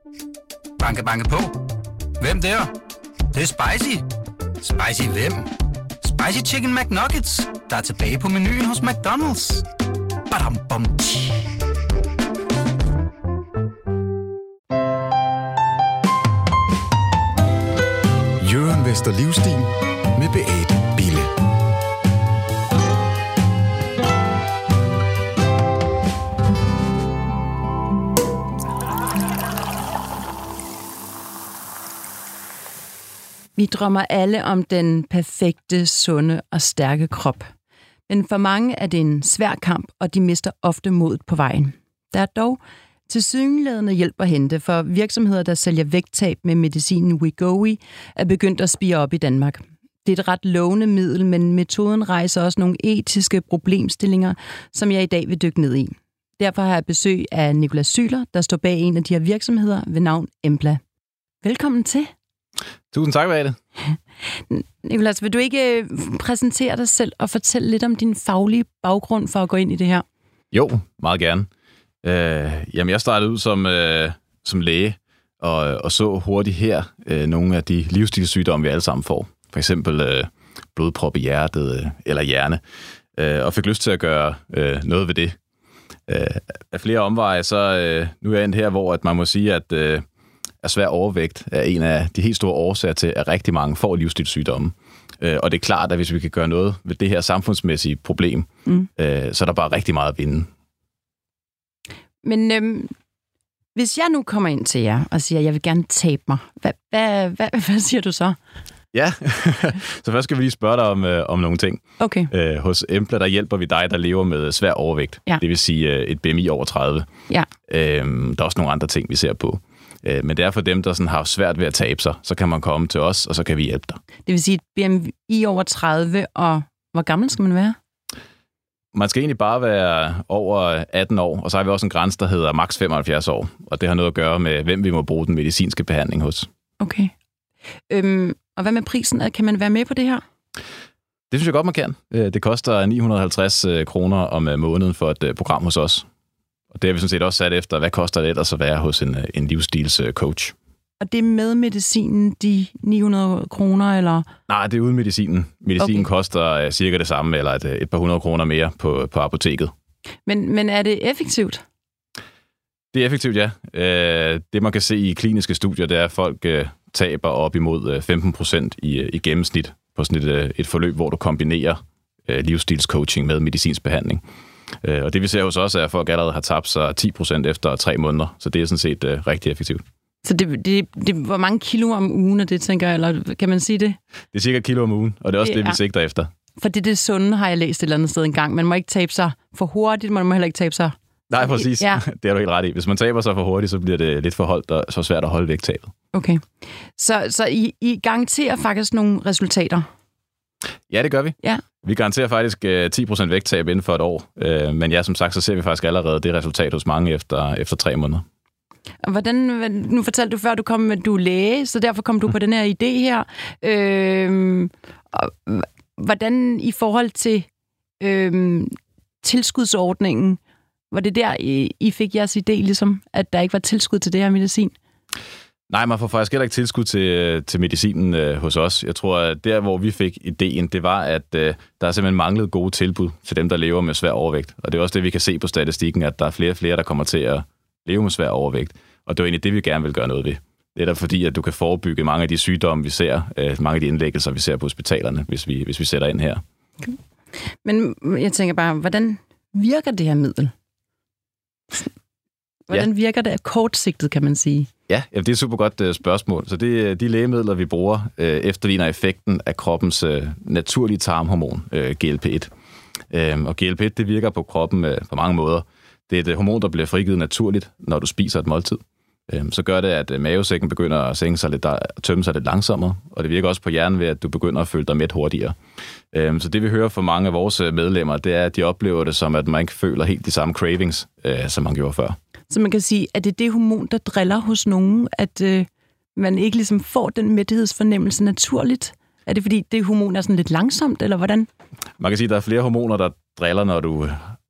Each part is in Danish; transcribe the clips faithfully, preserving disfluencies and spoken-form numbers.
Banke, banke på. Hvem der? Det, det er spicy. Spicy hvem? Spicy Chicken McNuggets, der er tilbage på menuen hos McDonald's. Badum, bom, tji. Jørgen Vester Livstil med Beate Bille. Vi drømmer alle om den perfekte, sunde og stærke krop. Men for mange er det en svær kamp, og de mister ofte modet på vejen. Der er dog tilsyneladende hjælp at hente, for virksomheder, der sælger vægttab med medicinen Wegovy, er begyndt at spire op i Danmark. Det er et ret lovende middel, men metoden rejser også nogle etiske problemstillinger, som jeg i dag vil dykke ned i. Derfor har jeg besøg af Nicolas Syler, der står bag en af de her virksomheder ved navn Embla. Velkommen til. Tusind tak, Beate. Nicolas, vil du ikke præsentere dig selv og fortælle lidt om din faglige baggrund for at gå ind i det her? Jo, meget gerne. Øh, jamen, jeg startede ud som, øh, som læge, og, og så hurtigt her øh, nogle af de livsstilssygdomme, vi alle sammen får. For eksempel øh, blodprop i hjertet øh, eller hjerne, øh, og fik lyst til at gøre øh, noget ved det. Øh, af flere omveje, så øh, nu er jeg endt her, hvor at man må sige, at øh, at svær overvægt er en af de helt store årsager til, at rigtig mange får livsstilssygdomme. Øh, og det er klart, at hvis vi kan gøre noget ved det her samfundsmæssige problem, mm. øh, så er der bare rigtig meget at vinde. Men øhm, hvis jeg nu kommer ind til jer og siger, at jeg vil gerne tabe mig, hvad, hvad, hvad, hvad siger du så? Ja, så først skal vi lige spørge dig om, øh, om nogle ting. Okay. Øh, hos Embla, der hjælper vi dig, der lever med svær overvægt. Ja. Det vil sige øh, et B M I over tredive. Ja. Øh, der er også nogle andre ting, vi ser på. Men det er for dem, der sådan har svært ved at tabe sig, så kan man komme til os, og så kan vi hjælpe dig. Det vil sige et B M I over tredive, og hvor gammel skal man være? Man skal egentlig bare være over atten år, og så har vi også en grænse, der hedder maks femoghalvfjerds år, og det har noget at gøre med, hvem vi må bruge den medicinske behandling hos. Okay. Øhm, og hvad med prisen? Kan man være med på det her? Det synes jeg godt, man kan. Det koster ni hundrede og halvtreds kroner om måneden for et program hos os. Og det har vi sådan set også sat efter, hvad koster det ellers at være hos en, en livsstilscoach. Og det er med medicinen, de ni hundrede kroner, eller? Nej, det er uden medicinen. Medicinen okay. koster uh, cirka det samme, eller et, et par hundrede kroner mere på, på apoteket. Men, men er det effektivt? Det er effektivt, ja. Uh, det man kan se i kliniske studier, det er, at folk uh, taber op imod uh, femten procent i, uh, i gennemsnit på sådan et, uh, et forløb, hvor du kombinerer uh, livsstilscoaching med medicinsk behandling. Og det vi ser hos os er, at folk allerede har tabt sig ti procent efter tre måneder, så det er sådan set uh, rigtig effektivt. Så det, det, det, hvor mange kilo om ugen er det, tænker jeg, eller kan man sige det? Det er cirka kilo om ugen, og det er også det, det vi sigter efter. For det er det sunde, har jeg læst et eller andet sted engang. Man må ikke tabe sig for hurtigt, man må heller ikke tabe sig... Nej, præcis. Ja. Det er du helt ret i. Hvis man taber sig for hurtigt, så bliver det lidt for holdt og så svært at holde vægttabet. Okay. Så, så I, I garanterer faktisk nogle resultater? Ja, det gør vi. Ja. Vi garanterer faktisk uh, ti procent vægttab inden for et år. Uh, men ja, som sagt, så ser vi faktisk allerede det resultat hos mange efter, efter tre måneder. Og hvordan, nu fortalte du før, du kom med, du er læge, så derfor kom du mm. på den her idé her. Øh, og, hvordan i forhold til øh, tilskudsordningen, var det der, I, I fik jeres idé, ligesom, at der ikke var tilskud til det her medicin? Nej, man får faktisk heller ikke tilskud til, til medicinen øh, hos os. Jeg tror, at der, hvor vi fik ideen, det var, at øh, der er simpelthen manglet gode tilbud til dem, der lever med svær overvægt. Og det er også det, vi kan se på statistikken, at der er flere og flere, der kommer til at leve med svær overvægt. Og det er egentlig det, vi gerne vil gøre noget ved. Det er der fordi, at du kan forebygge mange af de sygdomme, vi ser, øh, mange af de indlæggelser, vi ser på hospitalerne, hvis vi, hvis vi sætter ind her. Okay. Men jeg tænker bare, hvordan virker det her middel? Hvordan ja. virker det kortsigtet, kan man sige? Ja, det er et super godt uh, spørgsmål. Så det, de lægemidler, vi bruger, uh, efterligner effekten af kroppens uh, naturlige tarmhormon, uh, G L P et. Um, og G L P et, det virker på kroppen uh, på mange måder. Det er et uh, hormon, der bliver frigivet naturligt, når du spiser et måltid. Um, så gør det, at uh, mavesækken begynder at sænke sig lidt, der, tømme sig lidt langsommere, og det virker også på hjernen ved, at du begynder at føle dig mæt hurtigere. Um, så det, vi hører fra mange af vores medlemmer, det er, at de oplever det som, at man ikke føler helt de samme cravings, uh, som man gjorde før. Så man kan sige, at det er det hormon, der driller hos nogen, at øh, man ikke ligesom får den mættighedsfornemmelse naturligt? Er det fordi, det hormon er sådan lidt langsomt, eller hvordan? Man kan sige, at der er flere hormoner, der driller, når du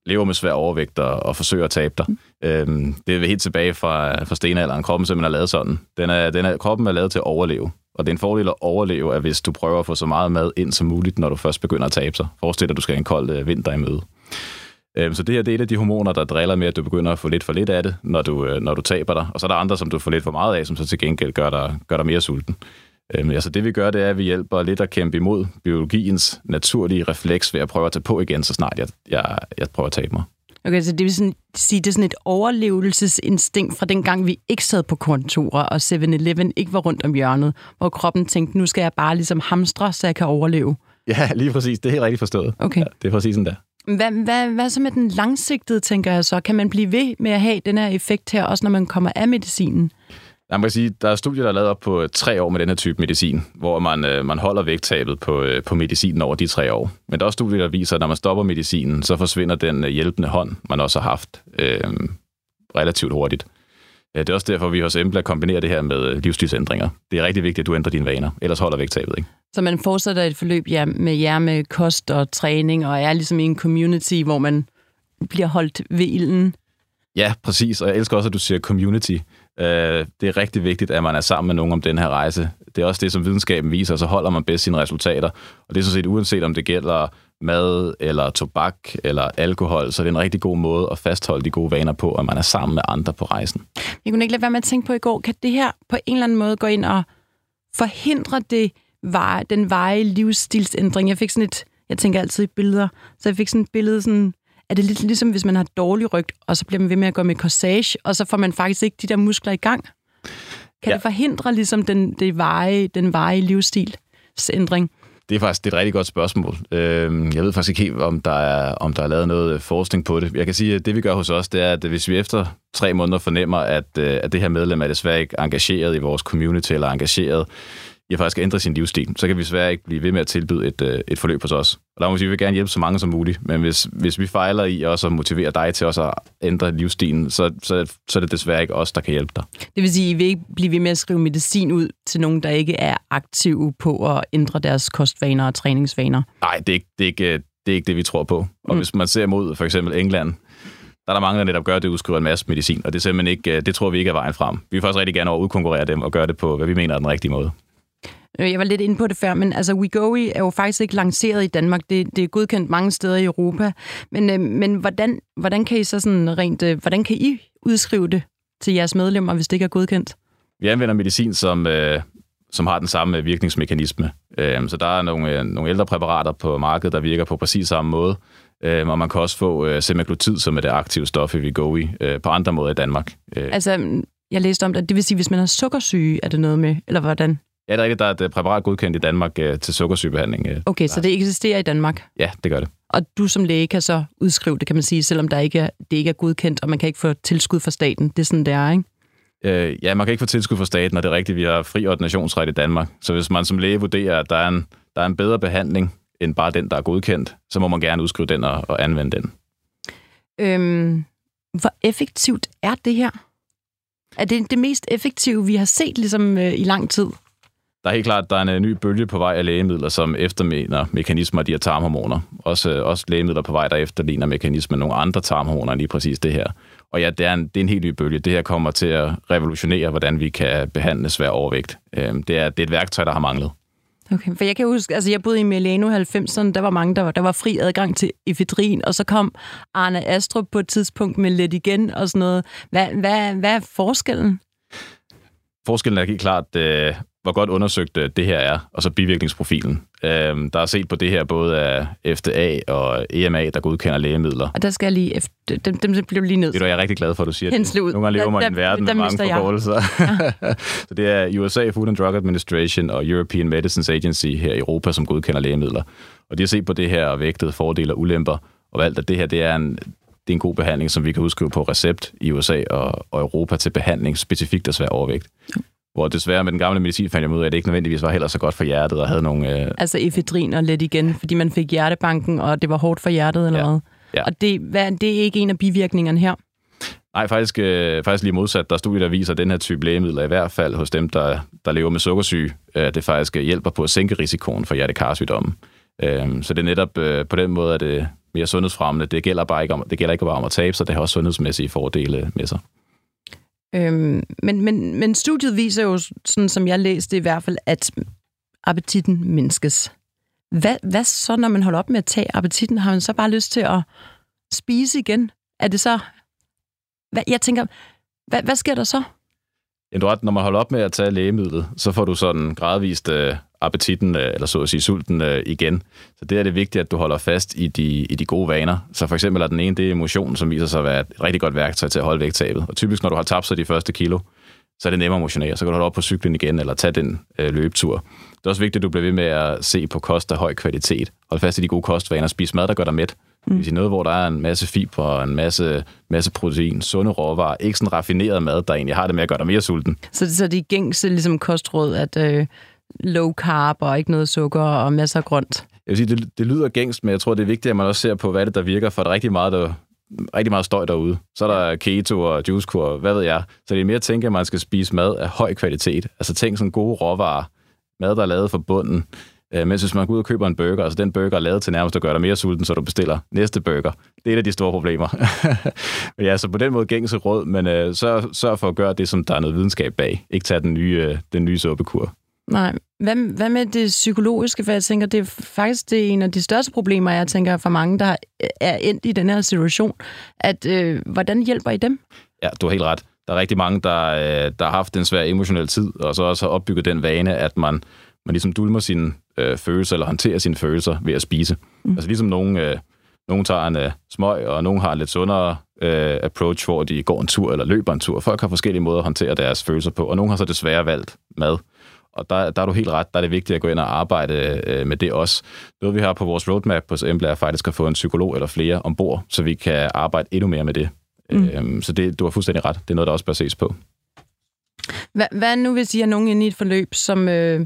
lever med svær overvægt og, og forsøger at tabe dig. Mm. Øhm, det er helt tilbage fra, fra stenalderen. Kroppen simpelthen er lavet sådan. Den er, den er, kroppen er lavet til at overleve. Og det er en fordel at overleve, at hvis du prøver at få så meget mad ind som muligt, når du først begynder at tabe sig. Forestil dig, at du skal have en kold øh, vinter i møde. Øhm, så det her det er et af de hormoner, der driller med, at du begynder at få lidt for lidt af det, når du, øh, når du taber dig. Og så er der andre, som du får lidt for meget af, som så til gengæld gør dig, gør dig mere sulten. Øhm, altså det vi gør, det er, at vi hjælper lidt at kæmpe imod biologiens naturlige refleks ved at prøve at tage på igen, så snart jeg, jeg, jeg prøver at tabe mig. Okay, så det vil sådan, sige, det er sådan et overlevelsesinstinkt fra dengang, vi ikke sad på kontorer, og syv eleven ikke var rundt om hjørnet, hvor kroppen tænkte, nu skal jeg bare ligesom hamstre, så jeg kan overleve. Ja, lige præcis. Det er helt rigtigt forstået. Okay. Ja, det er præcis sådan der. Hvad, hvad, hvad så med den langsigtede, tænker jeg så? Kan man blive ved med at have den her effekt her, også når man kommer af medicinen? Jeg må sige, der er studier, der er lavet op på tre år med den her type medicin, hvor man, øh, man holder vægttabet på, øh, på medicinen over de tre år. Men der er også studier, der viser, at når man stopper medicinen, så forsvinder den øh, hjælpende hånd, man også har haft øh, relativt hurtigt. Ja, det er også derfor, vi hos Embla kombinerer det her med livsstilsændringer. Det er rigtig vigtigt, at du ændrer dine vaner, ellers holder vægttabet, ikke? Så man fortsætter et forløb ja, med jer med kost og træning, og er ligesom i en community, hvor man bliver holdt ved ilden? Ja, præcis. Og jeg elsker også, at du siger community. Det er rigtig vigtigt, at man er sammen med nogen om den her rejse. Det er også det, som videnskaben viser, så holder man bedst sine resultater. Og det er sådan set uanset, om det gælder mad eller tobak eller alkohol, så det er en rigtig god måde at fastholde de gode vaner på, at man er sammen med andre på rejsen. Jeg kunne ikke lade være med at tænke på i går, kan det her på en eller anden måde gå ind og forhindre det, den veje livsstilsændring? Jeg fik sådan et, jeg tænker altid i billeder, så jeg fik sådan et billede sådan, er det lidt ligesom, hvis man har dårlig ryg, og så bliver man ved med at gå med corsage, og så får man faktisk ikke de der muskler i gang? Kan ja. det forhindre ligesom den, det veje, den veje livsstilsændring? Det er faktisk det er et rigtig godt spørgsmål. Jeg ved faktisk ikke helt, om der, er, om der er lavet noget forskning på det. Jeg kan sige, at det vi gør hos os, det er, at hvis vi efter tre måneder fornemmer, at, at det her medlem er desværre ikke engageret i vores community, eller engageret i at faktisk ændre sin livsstil, så kan vi desværre ikke blive ved med at tilbyde et, et forløb hos os. Og der må vi sige, at vi vil gerne hjælpe så mange som muligt, men hvis, hvis vi fejler i også at motivere dig til også at ændre livsstilen, så, så, så er det desværre ikke os, der kan hjælpe dig. Det vil sige, at I vil ikke blive ved med at skrive medicin ud til nogen, der ikke er aktive på at ændre deres kostvaner og træningsvaner? Nej, det er ikke det, er ikke, det, er ikke det vi tror på. Og mm. hvis man ser mod for eksempel England, der er der mange, der netop gør det, udskriver en masse medicin, og det er simpelthen ikke, det tror vi ikke er vejen frem. Vi vil faktisk rigtig gerne over udkonkurrere dem og gøre det på, hvad vi mener er den rigtige måde. Jeg var lidt inde på det før, men altså Wegovy er jo faktisk ikke lanceret i Danmark. Det, det er godkendt mange steder i Europa. Men, øh, men hvordan, hvordan kan I så sådan rent, øh, hvordan kan I udskrive det til jeres medlemmer, hvis det ikke er godkendt? Vi anvender medicin, som, øh, som har den samme virkningsmekanisme. Øh, så der er nogle, øh, nogle ældre præparater på markedet, der virker på præcis samme måde. Øh, og man kan også få øh, semaglutid, som er det aktive stof i Wegovy, øh, på andre måder i Danmark. Øh. Altså, jeg læste om det. Det vil sige, hvis man har sukkersyge, er det noget med, eller hvordan? Ja, det er rigtigt. Der er et præparat godkendt i Danmark øh, til sukkersygebehandling. Øh, okay, der. Så det eksisterer i Danmark? Ja, det gør det. Og du som læge kan så udskrive det, kan man sige, selvom der ikke er, det ikke er godkendt, og man kan ikke få tilskud fra staten. Det er sådan, det er, ikke? Øh, ja, man kan ikke få tilskud fra staten, og det er rigtigt, vi har fri ordinationsret i Danmark. Så hvis man som læge vurderer, at der er en, der er en bedre behandling end bare den, der er godkendt, så må man gerne udskrive den og, og anvende den. Øhm, hvor effektivt er det her? Er det det mest effektive, vi har set ligesom øh, i lang tid? Der er helt klart, at der er en ny bølge på vej af lægemidler, som efterligner mekanismer af de her tarmhormoner. Også, også lægemidler på vej, der efterligner mekanismer af nogle andre tarmhormoner, lige præcis det her. Og ja, det er, en, det er en helt ny bølge. Det her kommer til at revolutionere, hvordan vi kan behandle svær overvægt. Det er, det er et værktøj, der har manglet. Okay, for jeg kan huske, altså jeg boede i Milano halvfemserne, der var mange, der var, der var fri adgang til efedrin, og så kom Arne Astrup på et tidspunkt med lidt igen og sådan noget. Hvad, hvad, hvad er forskellen? Forskellen er helt klart, øh, hvor godt undersøgt det her er, og så bivirkningsprofilen. Øhm, der er set på det her både af F D A og E M A, der godkender lægemidler. Og der skal jeg lige, efter, dem, dem bliver lige ned. Det er jeg rigtig glad for, at du siger det. Ud. Nogle gange lever man i en verden med mange forkortelser. Ja. Så det er U S A Food and Drug Administration og European Medicines Agency her i Europa, som godkender lægemidler. Og de har set på det her og vægtet fordele og ulemper, og valgt, at det her det er en, det er en god behandling, som vi kan udskrive på recept i U S A og, og Europa til behandling specifikt af svær overvægt. Ja. Hvor desværre med den gamle medicin fandt jeg ud af, at det ikke nødvendigvis var heller så godt for hjertet og havde nogle... Øh... Altså efedrin og lidt igen, fordi man fik hjertebanken, og det var hårdt for hjertet eller ja. hvad? Ja. Og det, hvad, det er ikke en af bivirkningerne her? Nej, faktisk, øh, faktisk lige modsat. Der er studier, der viser, at den her type lægemidler, i hvert fald hos dem, der, der lever med sukkersyge, øh, det faktisk hjælper på at sænke risikoen for hjertekarsygdomme. Øh, så det er netop øh, på den måde, at det, mere sundhedsfremmende. Det gælder bare ikke om, det gælder ikke bare om at tabe sig, det har også sundhedsmæssige fordele med sig. Øhm, men, men, men studiet viser jo, sådan som jeg læste i hvert fald, at appetitten mindskes. Hvad, hvad så, når man holder op med at tage appetitten? Har man så bare lyst til at spise igen? Er det så... Hvad, jeg tænker, hvad, hvad sker der så? Ja, du ret, når man holder op med at tage lægemidlet, så får du sådan gradvist øh, appetitten, øh, eller så at sige sulten øh, igen. Så det er det vigtigt, at du holder fast i de, i de gode vaner. Så for eksempel er den ene, det er motion, som viser sig at være et rigtig godt værktøj til at holde vægttabet. Og typisk, når du har tabt sig de første kilo, så er det nemmere at motionere. Så kan du holde op på cyklen igen, eller tage den øh, løbetur. Det er også vigtigt, at du bliver ved med at se på kost af høj kvalitet. Hold fast i de gode kostvaner. Spis mad, der gør dig mæt. Det vil sige noget, hvor der er en masse fiber, en masse, masse protein, sunde råvarer. Ikke sådan raffineret mad, der egentlig har det med at gøre dig mere sulten. Så, så det er gængse ligesom kostråd, at øh, low carb og ikke noget sukker og masser af grønt? Jeg vil sige, det, det lyder gængst, men jeg tror, det er vigtigt, at man også ser på, hvad det der virker, for der er rigtig meget, der, rigtig meget støj derude. Så er der keto og juicekur, hvad ved jeg. Så det er mere at tænke, at man skal spise mad af høj kvalitet. Altså tænk sådan gode råvarer. Mad, der er lavet fra bunden. Mens hvis man går ud og køber en burger, altså den burger er lavet til nærmest at gøre dig mere sulten, så du bestiller næste burger. Det er et af de store problemer. Men ja, så på den måde gængse råd, men øh, sørg, sørg for at gøre det, som der er noget videnskab bag. Ikke tage den nye, øh, den nye suppekur. Nej. Hvad, hvad med det psykologiske? For jeg tænker, det er faktisk det er en af de største problemer, jeg tænker for mange, der er endt i den her situation. At, øh, hvordan hjælper I dem? Ja, du har helt ret. Der er rigtig mange, der, øh, der har haft en svær emotionel tid, og så også har opbygget den vane, at man man ligesom dulmer sine øh, følelser, eller håndterer sine følelser ved at spise. Mm. Altså ligesom nogen, øh, nogen tager en øh, smøg, og nogen har en lidt sundere øh, approach, hvor de går en tur eller løber en tur. Folk har forskellige måder at håndtere deres følelser på, og nogen har så desværre valgt mad. Og der, der er du helt ret, der er det vigtigt at gå ind og arbejde øh, med det også. Noget vi har på vores roadmap på Embla er faktisk at få en psykolog eller flere ombord, så vi kan arbejde endnu mere med det. Mm. Øhm, så det, du har fuldstændig ret. Det er noget, der også bør ses på. Hvad, hvad nu, hvis I har nogen inde i et forløb, som... Øh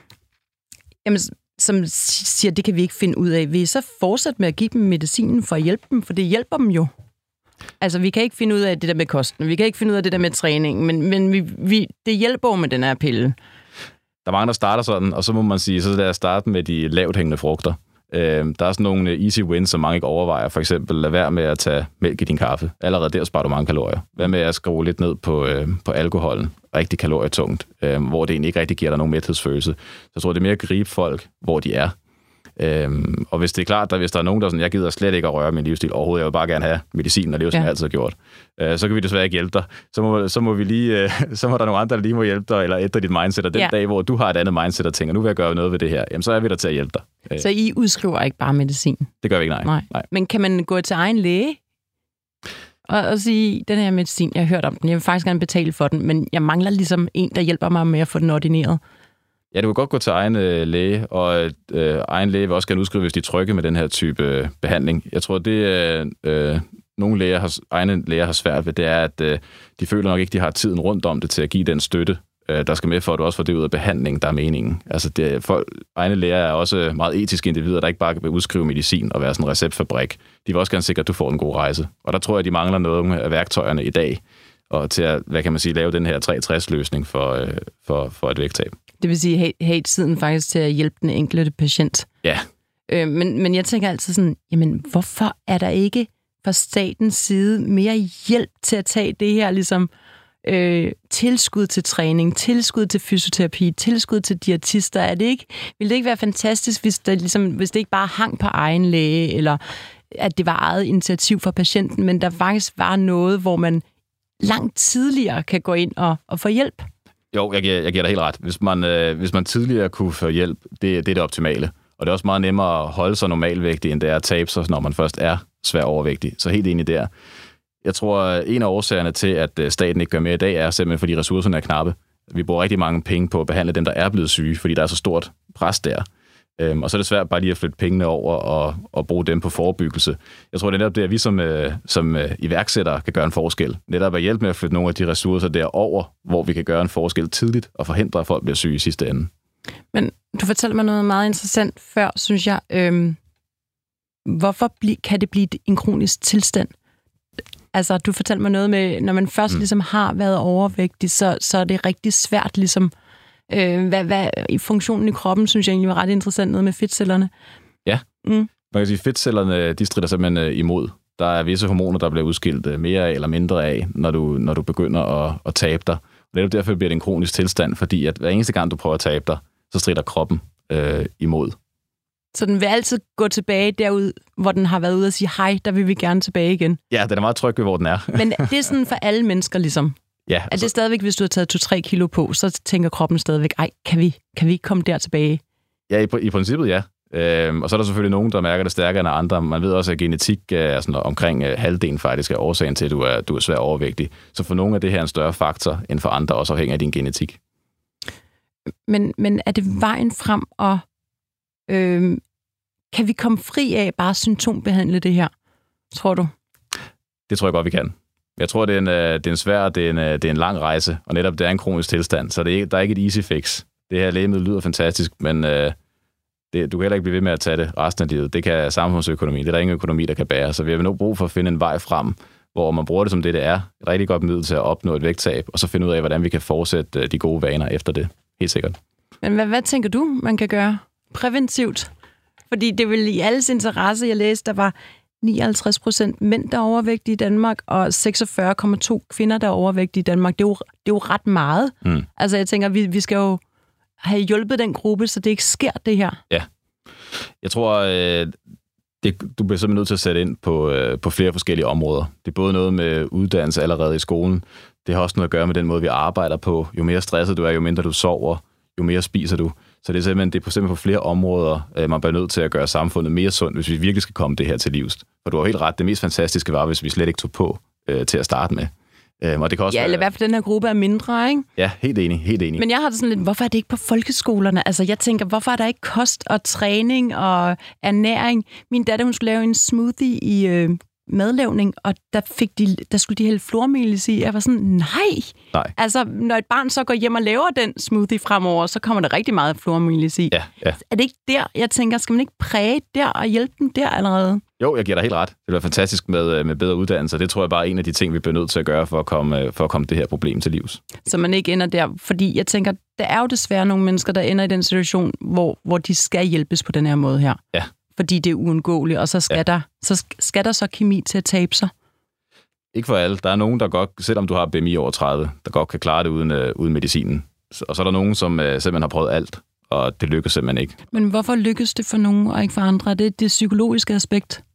Jamen, som siger, det kan vi ikke finde ud af. Vil I så fortsætte med at give dem medicinen for at hjælpe dem? For det hjælper dem jo. Altså, vi kan ikke finde ud af det der med kosten. Vi kan ikke finde ud af det der med træning. Men, men vi, vi, det hjælper jo med den her pille. Der er mange, der starter sådan, og så må man sige, så lad os starte med de lavt hængende frugter. Øh, der er sådan nogle easy wins, som mange ikke overvejer. For eksempel, lad være med at tage mælk i din kaffe. Allerede der sparer du mange kalorier. Hvad med at skrue lidt ned på, øh, på alkoholen? Rigtig kalorietungt, øh, hvor det egentlig ikke rigtig giver dig nogen mæthedsfølelse. Så jeg tror, det er mere at gribe folk, hvor de er. Øhm, og hvis det er klart, at hvis der er nogen, der er sådan, jeg gider slet ikke at røre min livsstil overhovedet, jeg vil bare gerne have medicin og leve, som ja. jeg altid har gjort, øh, så kan vi desværre ikke hjælpe dig. Så må, så må vi lige, øh, så må der nogle andre, der lige må hjælpe dig, eller ændre dit mindset. Og den ja. dag, hvor du har et andet mindset og tænker, nu vil jeg gøre noget ved det her, jamen så er vi der til at hjælpe dig. Så I udskriver ikke bare medicin? Det gør vi ikke, nej. nej. nej. Men kan man gå til egen læge og, og sige, den her medicin, jeg har hørt om den, jeg vil faktisk gerne betale for den, men jeg mangler ligesom en, der hjælper mig med at få den ordineret? Ja, du kan godt gå til egen øh, læge, og øh, egen læge vil også gerne udskrive, hvis de er trygge med den her type øh, behandling. Jeg tror, det øh, øh, nogle læger har, egne læger har svært ved, det er, at øh, de føler nok ikke, de har tiden rundt om det til at give den støtte, øh, der skal med for, at du også får det ud af behandling, der er meningen. Altså, det, folk, egne læger er også meget etiske individer, der ikke bare vil udskrive medicin og være sådan en receptfabrik. De vil også gerne sikre, at du får en god rejse. Og der tror jeg, de mangler noget af værktøjerne i dag, og til at, hvad kan man sige, lave den her tre tres-løsning for, øh, for, for et vægttab. Det vil sige, have, have tiden faktisk til at hjælpe den enkelte patient. Ja. Øh, men, men jeg tænker altid sådan, jamen, hvorfor er der ikke fra statens side mere hjælp til at tage det her, ligesom øh, tilskud til træning, tilskud til fysioterapi, tilskud til diætister? Er det ikke, ville det ikke være fantastisk, hvis det, ligesom, hvis det ikke bare hang på egen læge, eller at det var eget initiativ for patienten, men der faktisk var noget, hvor man langt tidligere kan gå ind og, og få hjælp? Jo, jeg giver, jeg giver dig helt ret. Hvis man, øh, hvis man tidligere kunne få hjælp, det, det er det optimale. Og det er også meget nemmere at holde sig normalvægtig, end det er at tabe sig, når man først er svær overvægtig. Så helt enig der. Jeg tror, en af årsagerne til, at staten ikke gør mere i dag, er simpelthen, fordi ressourcerne er knappe. Vi bruger rigtig mange penge på at behandle dem, der er blevet syge, fordi der er så stort pres der. Øhm, og så er det svært bare lige at flytte pengene over og, og bruge dem på forebyggelse. Jeg tror, det er netop det, at vi som, øh, som øh, iværksættere kan gøre en forskel. Netop at hjælpe med at flytte nogle af de ressourcer derover, hvor vi kan gøre en forskel tidligt og forhindre, at folk bliver syge i sidste ende. Men du fortalte mig noget meget interessant før, synes jeg. Øhm, hvorfor bli, kan det blive en kronisk tilstand? Altså, du fortalte mig noget med, når man først mm. ligesom har været overvægtig, så, så er det rigtig svært ligesom. Øh, hvad, hvad, i funktionen i kroppen, synes jeg egentlig var ret interessant, noget med fedtcellerne. Ja, mm. Man kan sige, at fedtcellerne, de strider simpelthen imod. Der er visse hormoner, der bliver udskilt mere eller mindre af, når du, når du begynder at, at tabe dig. Og det er derfor bliver det en kronisk tilstand, fordi at hver eneste gang, du prøver at tabe dig, så strider kroppen øh, imod. Så den vil altid gå tilbage derud, hvor den har været ude og sige, hej, der vil vi gerne tilbage igen. Ja, den er meget tryg ved, hvor den er. Men det er sådan for alle mennesker ligesom? Ja. Er det stadigvæk, hvis du har taget to til tre kilo på, så tænker kroppen stadigvæk, ej, kan vi, kan vi ikke komme der tilbage? Ja, i, i princippet ja. Øhm, og så er der selvfølgelig nogen, der mærker det stærkere end andre. Man ved også, at genetik er sådan omkring øh, halvdelen faktisk er årsagen til, at du er, du er svær overvægtig. Så for nogle er det her en større faktor end for andre, også afhængig af din genetik. Men, men er det vejen frem, og øh, kan vi komme fri af bare symptombehandle det her, tror du? Det tror jeg godt, vi kan. Jeg tror, det er en, det er en svær, det er en, det er en lang rejse, og netop det er en kronisk tilstand, så det er, der er ikke et easy fix. Det her lægemiddel lyder fantastisk, men øh, det, du kan heller ikke blive ved med at tage det resten af livet. Det kan samfundsøkonomi, det er der ingen økonomi, der kan bære, så vi har nu brug for at finde en vej frem, hvor man bruger det som det, det er. Et rigtig godt middel til at opnå et vægttab, og så finde ud af, hvordan vi kan fortsætte de gode vaner efter det. Helt sikkert. Men hvad, hvad tænker du, man kan gøre præventivt? Fordi det vil i alles interesse, jeg læste, der var nioghalvtreds procent mænd, der er overvægtige i Danmark, og seksogfyrre komma to kvinder, der er overvægtige i Danmark. Det er jo, det er jo ret meget. Mm. Altså, jeg tænker, vi, vi skal jo have hjulpet den gruppe, så det ikke sker, det her. Ja. Jeg tror, øh, det, du bliver simpelthen nødt til at sætte ind på, øh, på flere forskellige områder. Det er både noget med uddannelse allerede i skolen. Det har også noget at gøre med den måde, vi arbejder på. Jo mere stresset du er, jo mindre du sover, jo mere spiser du. Så det er simpelthen, det er på, simpelthen på flere områder, øh, man bliver nødt til at gøre samfundet mere sundt, hvis vi virkelig skal komme det her til livs. For du har helt ret, det mest fantastiske var, hvis vi slet ikke tog på øh, til at starte med. Øh, og det kan også ja, være, eller i hvert fald den her gruppe er mindre, ikke? Ja, helt enig, helt enig. Men jeg har det sådan lidt, hvorfor er det ikke på folkeskolerne? Altså, jeg tænker, hvorfor er der ikke kost og træning og ernæring? Min datter, hun skulle lave en smoothie i øh, madlavning, og der, fik de, der skulle de hælde flormelis i. Jeg var sådan, nej. nej. Altså, når et barn så går hjem og laver den smoothie fremover, så kommer der rigtig meget flormelis i. Ja, ja. Er det ikke der, jeg tænker, skal man ikke præge der og hjælpe dem der allerede? Jo, jeg giver dig helt ret. Det vil være fantastisk med, med bedre uddannelse. Det tror jeg bare er en af de ting, vi bliver nødt til at gøre for at komme, for at komme det her problem til livs. Så man ikke ender der, fordi jeg tænker, der er jo desværre nogle mennesker, der ender i den situation, hvor, hvor de skal hjælpes på den her måde her. Ja. Fordi det er uundgåeligt, og så skal, ja. der, så skal der så kemi til at tabe sig. Ikke for alle. Der er nogen, der godt, selvom du har B M I over tredive, der godt kan klare det uden, uh, uden medicinen. Og så er der nogen, som uh, simpelthen har prøvet alt, og det lykkes simpelthen ikke. Men hvorfor lykkes det for nogen og ikke for andre? Det er det psykologiske aspekt.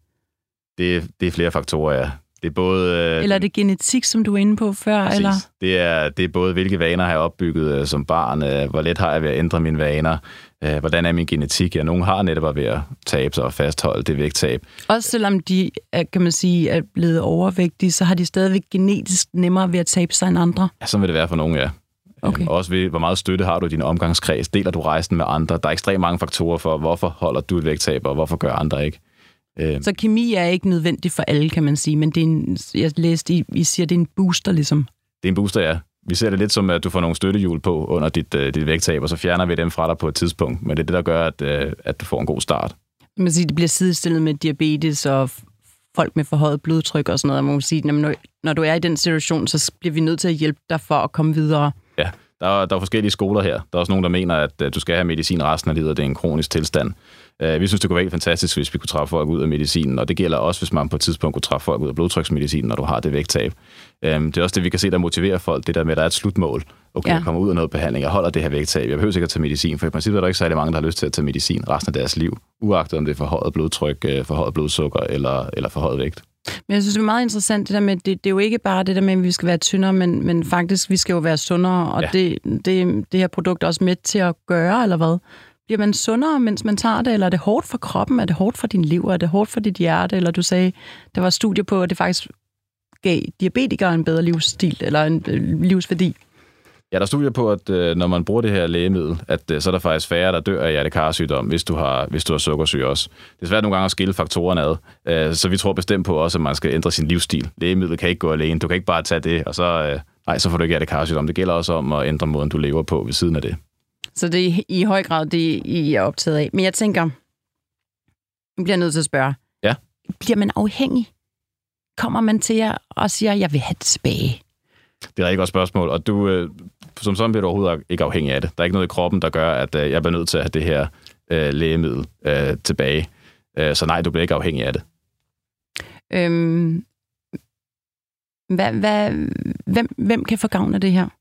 Det, det er flere faktorer, ja. Det er både, øh, eller er det genetik, som du er inde på før? Præcis. Eller? Det, er, det er både, hvilke vaner har jeg opbygget øh, som barn, øh, hvor let har jeg ved at ændre mine vaner, øh, hvordan er min genetik? Ja, nogle har netop ved at tabe sig og fastholde det vægttab. Også selvom de er, kan man sige, er blevet overvægtige, så har de stadigvæk genetisk nemmere ved at tabe sig end andre? Ja, sådan vil det være for nogle, ja. Okay. Øhm, også ved, hvor meget støtte har du i din omgangskreds? Deler du rejsen med andre? Der er ekstremt mange faktorer for, hvorfor holder du et vægttab, og hvorfor gør andre ikke? Så kemi er ikke nødvendigt for alle, kan man sige, men det er en, jeg læste, I, I siger, det er en booster, ligesom. Det er en booster, ja. Vi ser det lidt som, at du får nogle støttehjul på under dit, uh, dit vægttab, og så fjerner vi dem fra dig på et tidspunkt. Men det er det, der gør, at, uh, at du får en god start. Man kan sige, det bliver sidestillet med diabetes og folk med forhøjet blodtryk og sådan noget. Man kan sige, når, når du er i den situation, så bliver vi nødt til at hjælpe dig for at komme videre. Ja, der er, der er forskellige skoler her. Der er også nogen, der mener, at uh, du skal have medicin resten af livet, og det er en kronisk tilstand. Vi synes, det kunne være helt fantastisk, hvis vi kunne træffe folk ud af medicinen, og det gælder også, hvis man på et tidspunkt kunne træffe folk ud af blodtryksmedicinen, når du har det vægttab. Det er også det, vi kan se, der motiverer folk, det der med, at der er et slutmål. Okay, ja. Jeg kommer ud af noget behandling, jeg holder det her vægttab, jeg behøver ikke at tage medicin, for i princippet er der ikke særlig mange, der har lyst til at tage medicin resten af deres liv, uagtet om det er forhøjet blodtryk, forhøjet blodsukker eller, eller forhøjet vægt. Men jeg synes, det er meget interessant, det der med, det, det er jo ikke bare det der med, at vi skal være tyndere, men, men faktisk, vi skal jo være sundere, og ja. det, det, det her produkt er også med til at gøre, eller hvad? Bliver man sundere, mens man tager det, eller er det hårdt for kroppen? Er det hårdt for din lever? Er det hårdt for dit hjerte? Eller du sagde, der var studier på, at det faktisk gav diabetikere en bedre livsstil, eller en øh, livsværdi. Ja, der er studier på, at øh, når man bruger det her lægemiddel, at øh, så er der faktisk færre, der dør af hjertekarsygdom, hvis du har, hvis du har sukkersyge også. Det er svært nogle gange at skille faktorerne ad, øh, så vi tror bestemt på også, at man skal ændre sin livsstil. Lægemidlet kan ikke gå alene. Du kan ikke bare tage det, og så, øh, nej, så får du ikke hjertekarsygdom. Det gælder også om at ændre måden, du lever på ved siden af det. Så det er i høj grad det, I er optaget af. Men jeg tænker, jeg bliver nødt til at spørge. Ja. Bliver man afhængig? Kommer man til jer og siger, jeg vil have det tilbage? Det er et rigtig godt spørgsmål, og du, øh, som sådan bliver du overhovedet ikke afhængig af det. Der er ikke noget i kroppen, der gør, at øh, jeg bliver nødt til at have det her øh, lægemiddel øh, tilbage. Øh, så nej, du bliver ikke afhængig af det. Øhm, hvad, hvad, hvem, hvem kan få gavn af det her?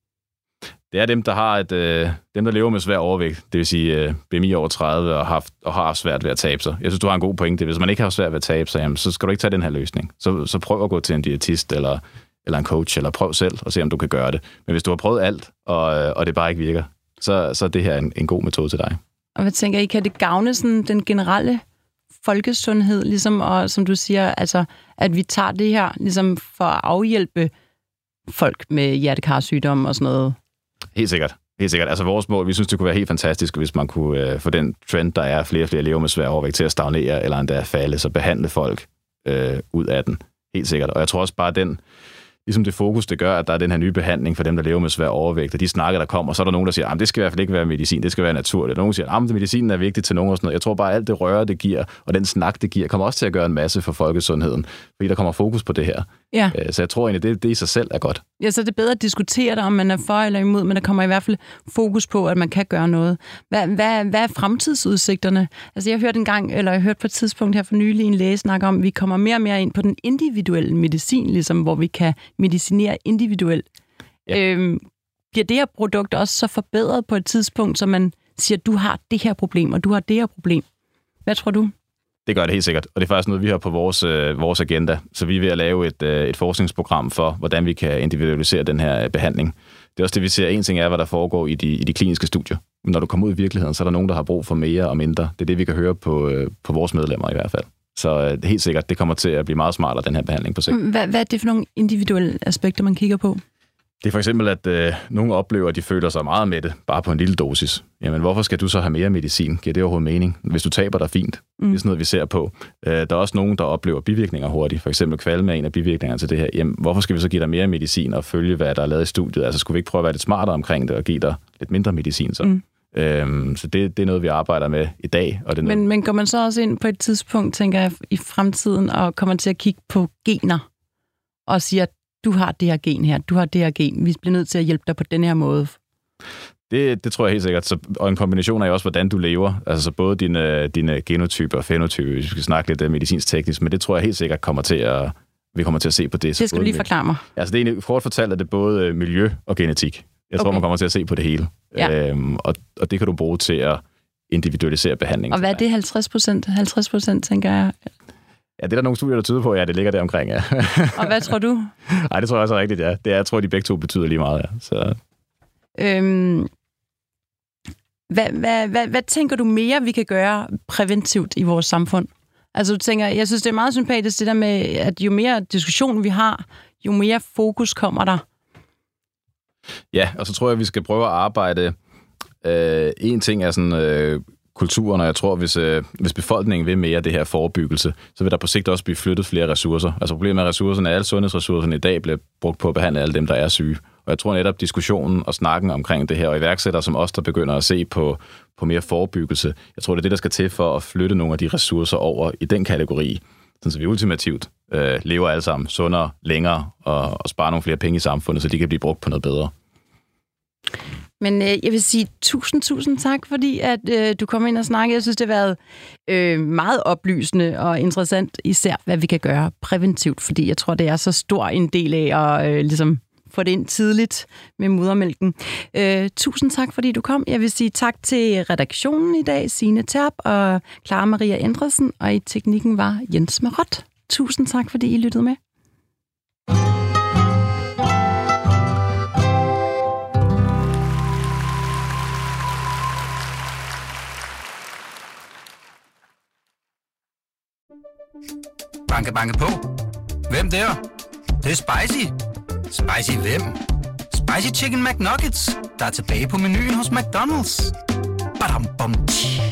Det er dem, der har et, øh, dem, der lever med svær overvægt, det vil sige øh, B M I over tredive og, haft, og har svært ved at tabe sig. Jeg synes, du har en god pointe. Hvis man ikke har svært ved at tabe sig, jamen, så skal du ikke tage den her løsning. Så, så prøv at gå til en diætist eller, eller en coach, eller prøv selv og se, om du kan gøre det. Men hvis du har prøvet alt, og, og det bare ikke virker, så, så er det her en, en god metode til dig. Og hvad tænker I, kan det gavne sådan den generelle folkesundhed, ligesom, og som du siger, altså, at vi tager det her ligesom for at afhjælpe folk med hjertekarsygdom og sådan noget? Helt sikkert. Helt sikkert. Altså vores mål, vi synes, det kunne være helt fantastisk, hvis man kunne øh, få den trend, der er flere og flere lever med svær overvægt, til at stagnere eller endda falde, så behandle folk øh, ud af den. Helt sikkert. Og jeg tror også bare, den, ligesom det fokus, det gør, at der er den her nye behandling for dem, der lever med svær overvægt, og de snakker, der kommer, så er der nogen, der siger, at det skal i hvert fald ikke være medicin, det skal være naturligt. Nogen siger, at medicinen er vigtig til nogen og sådan noget. Jeg tror bare, at alt det røre, det giver, og den snak, det giver, kommer også til at gøre en masse for folkesundheden, fordi der kommer fokus på det her. Ja. Så jeg tror egentlig, det, det i sig selv er godt. Ja, så det er bedre at diskutere det, om man er for eller imod, men der kommer i hvert fald fokus på, at man kan gøre noget. Hvad, hvad, hvad er fremtidsudsigterne? Altså, jeg hørte en gang, eller jeg hørte på et tidspunkt her for nylig en læge snakke om, at vi kommer mere og mere ind på den individuelle medicin, ligesom, hvor vi kan medicinere individuelt. Ja. Øhm, bliver det her produkt også så forbedret på et tidspunkt, så man siger, at du har det her problem, og du har det her problem? Hvad tror du? Det gør det helt sikkert, og det er faktisk noget, vi har på vores, øh, vores agenda. Så vi er ved at lave et, øh, et forskningsprogram for, hvordan vi kan individualisere den her behandling. Det er også det, vi ser. En ting er, hvad der foregår i de, i de kliniske studier. Men når du kommer ud i virkeligheden, så er der nogen, der har brug for mere og mindre. Det er det, vi kan høre på, øh, på vores medlemmer i hvert fald. Så øh, det er helt sikkert, det kommer til at blive meget smartere, den her behandling på sigt. Hvad, hvad er det for nogle individuelle aspekter, man kigger på? Det er for eksempel, at øh, nogle oplever, at de føler sig meget med det, bare på en lille dosis. Jamen, hvorfor skal du så have mere medicin? Giver det overhovedet mening? Hvis du taber dig fint. Mm. Det er sådan noget, vi ser på. Øh, der er også nogen, der oplever bivirkninger hurtigt. For eksempel kvalme er en af bivirkningerne til det her. Jamen, hvorfor skal vi så give dig mere medicin og følge, hvad der er lavet i studiet? Altså, skulle vi ikke prøve at være lidt smartere omkring det og give dig lidt mindre medicin så? Mm. Øhm, så det, det er noget, vi arbejder med i dag. Og det men, noget... men går man så også ind på et tidspunkt, tænker jeg, i fremtiden, og kommer til at kigge på gener og siger, du har det her gen her, du har det her gen, vi bliver nødt til at hjælpe dig på den her måde? Det, det tror jeg helt sikkert. Så, og en kombination af også, hvordan du lever. Altså så både dine, dine genotyper og fenotyper, hvis vi skal snakke lidt medicinsk teknisk, men det tror jeg helt sikkert kommer til at, vi kommer til at se på det. Det skal du lige forklare mig. Altså det er egentlig, kort fortalt, at det er både miljø og genetik. Jeg tror, okay. man kommer til at se på det hele. Ja. Øhm, og, og det kan du bruge til at individualisere behandlingen. Og hvad er det halvtreds procent? halvtreds procent, tænker jeg. Ja, det er der nogle studier, der tyder på, ja, det ligger der omkring, ja. Og hvad tror du? Nej, det tror jeg også er rigtigt, ja. Det er, jeg tror, de begge to betyder lige meget, ja. Så... Øhm, hvad, hvad, hvad, hvad tænker du mere, vi kan gøre præventivt i vores samfund? Altså, du tænker, jeg synes, det er meget sympatisk, det der med, at jo mere diskussion vi har, jo mere fokus kommer der. Ja, og så tror jeg, vi skal prøve at arbejde. Øh, en ting er sådan... Øh, kulturen, og jeg tror, hvis, øh, hvis befolkningen vil mere af det her forebyggelse, så vil der på sigt også blive flyttet flere ressourcer. Altså problemet med ressourcerne er, at alle sundhedsressourcerne i dag bliver brugt på at behandle alle dem, der er syge. Og jeg tror netop diskussionen og snakken omkring det her, og iværksættere som os, der begynder at se på, på mere forebyggelse, jeg tror, det er det, der skal til for at flytte nogle af de ressourcer over i den kategori, så vi ultimativt øh, lever alle sammen sundere, længere, og, og sparer nogle flere penge i samfundet, så de kan blive brugt på noget bedre. Men øh, jeg vil sige tusind, tusind tak, fordi at øh, du kom ind og snakkede. Jeg synes, det har været øh, meget oplysende og interessant, især hvad vi kan gøre præventivt, fordi jeg tror, det er så stor en del af at øh, ligesom få det ind tidligt med modermælken. Øh, tusind tak, fordi du kom. Jeg vil sige tak til redaktionen i dag, Signe Terp og Clara Maria Endresen, og i teknikken var Jens Marot. Tusind tak, fordi I lyttede med. Banke, banke på. Hvem der? Det, det er spicy. Spicy hvem? Spicy Chicken McNuggets, der er tilbage på menuen hos McDonald's. Badum, bom, tji.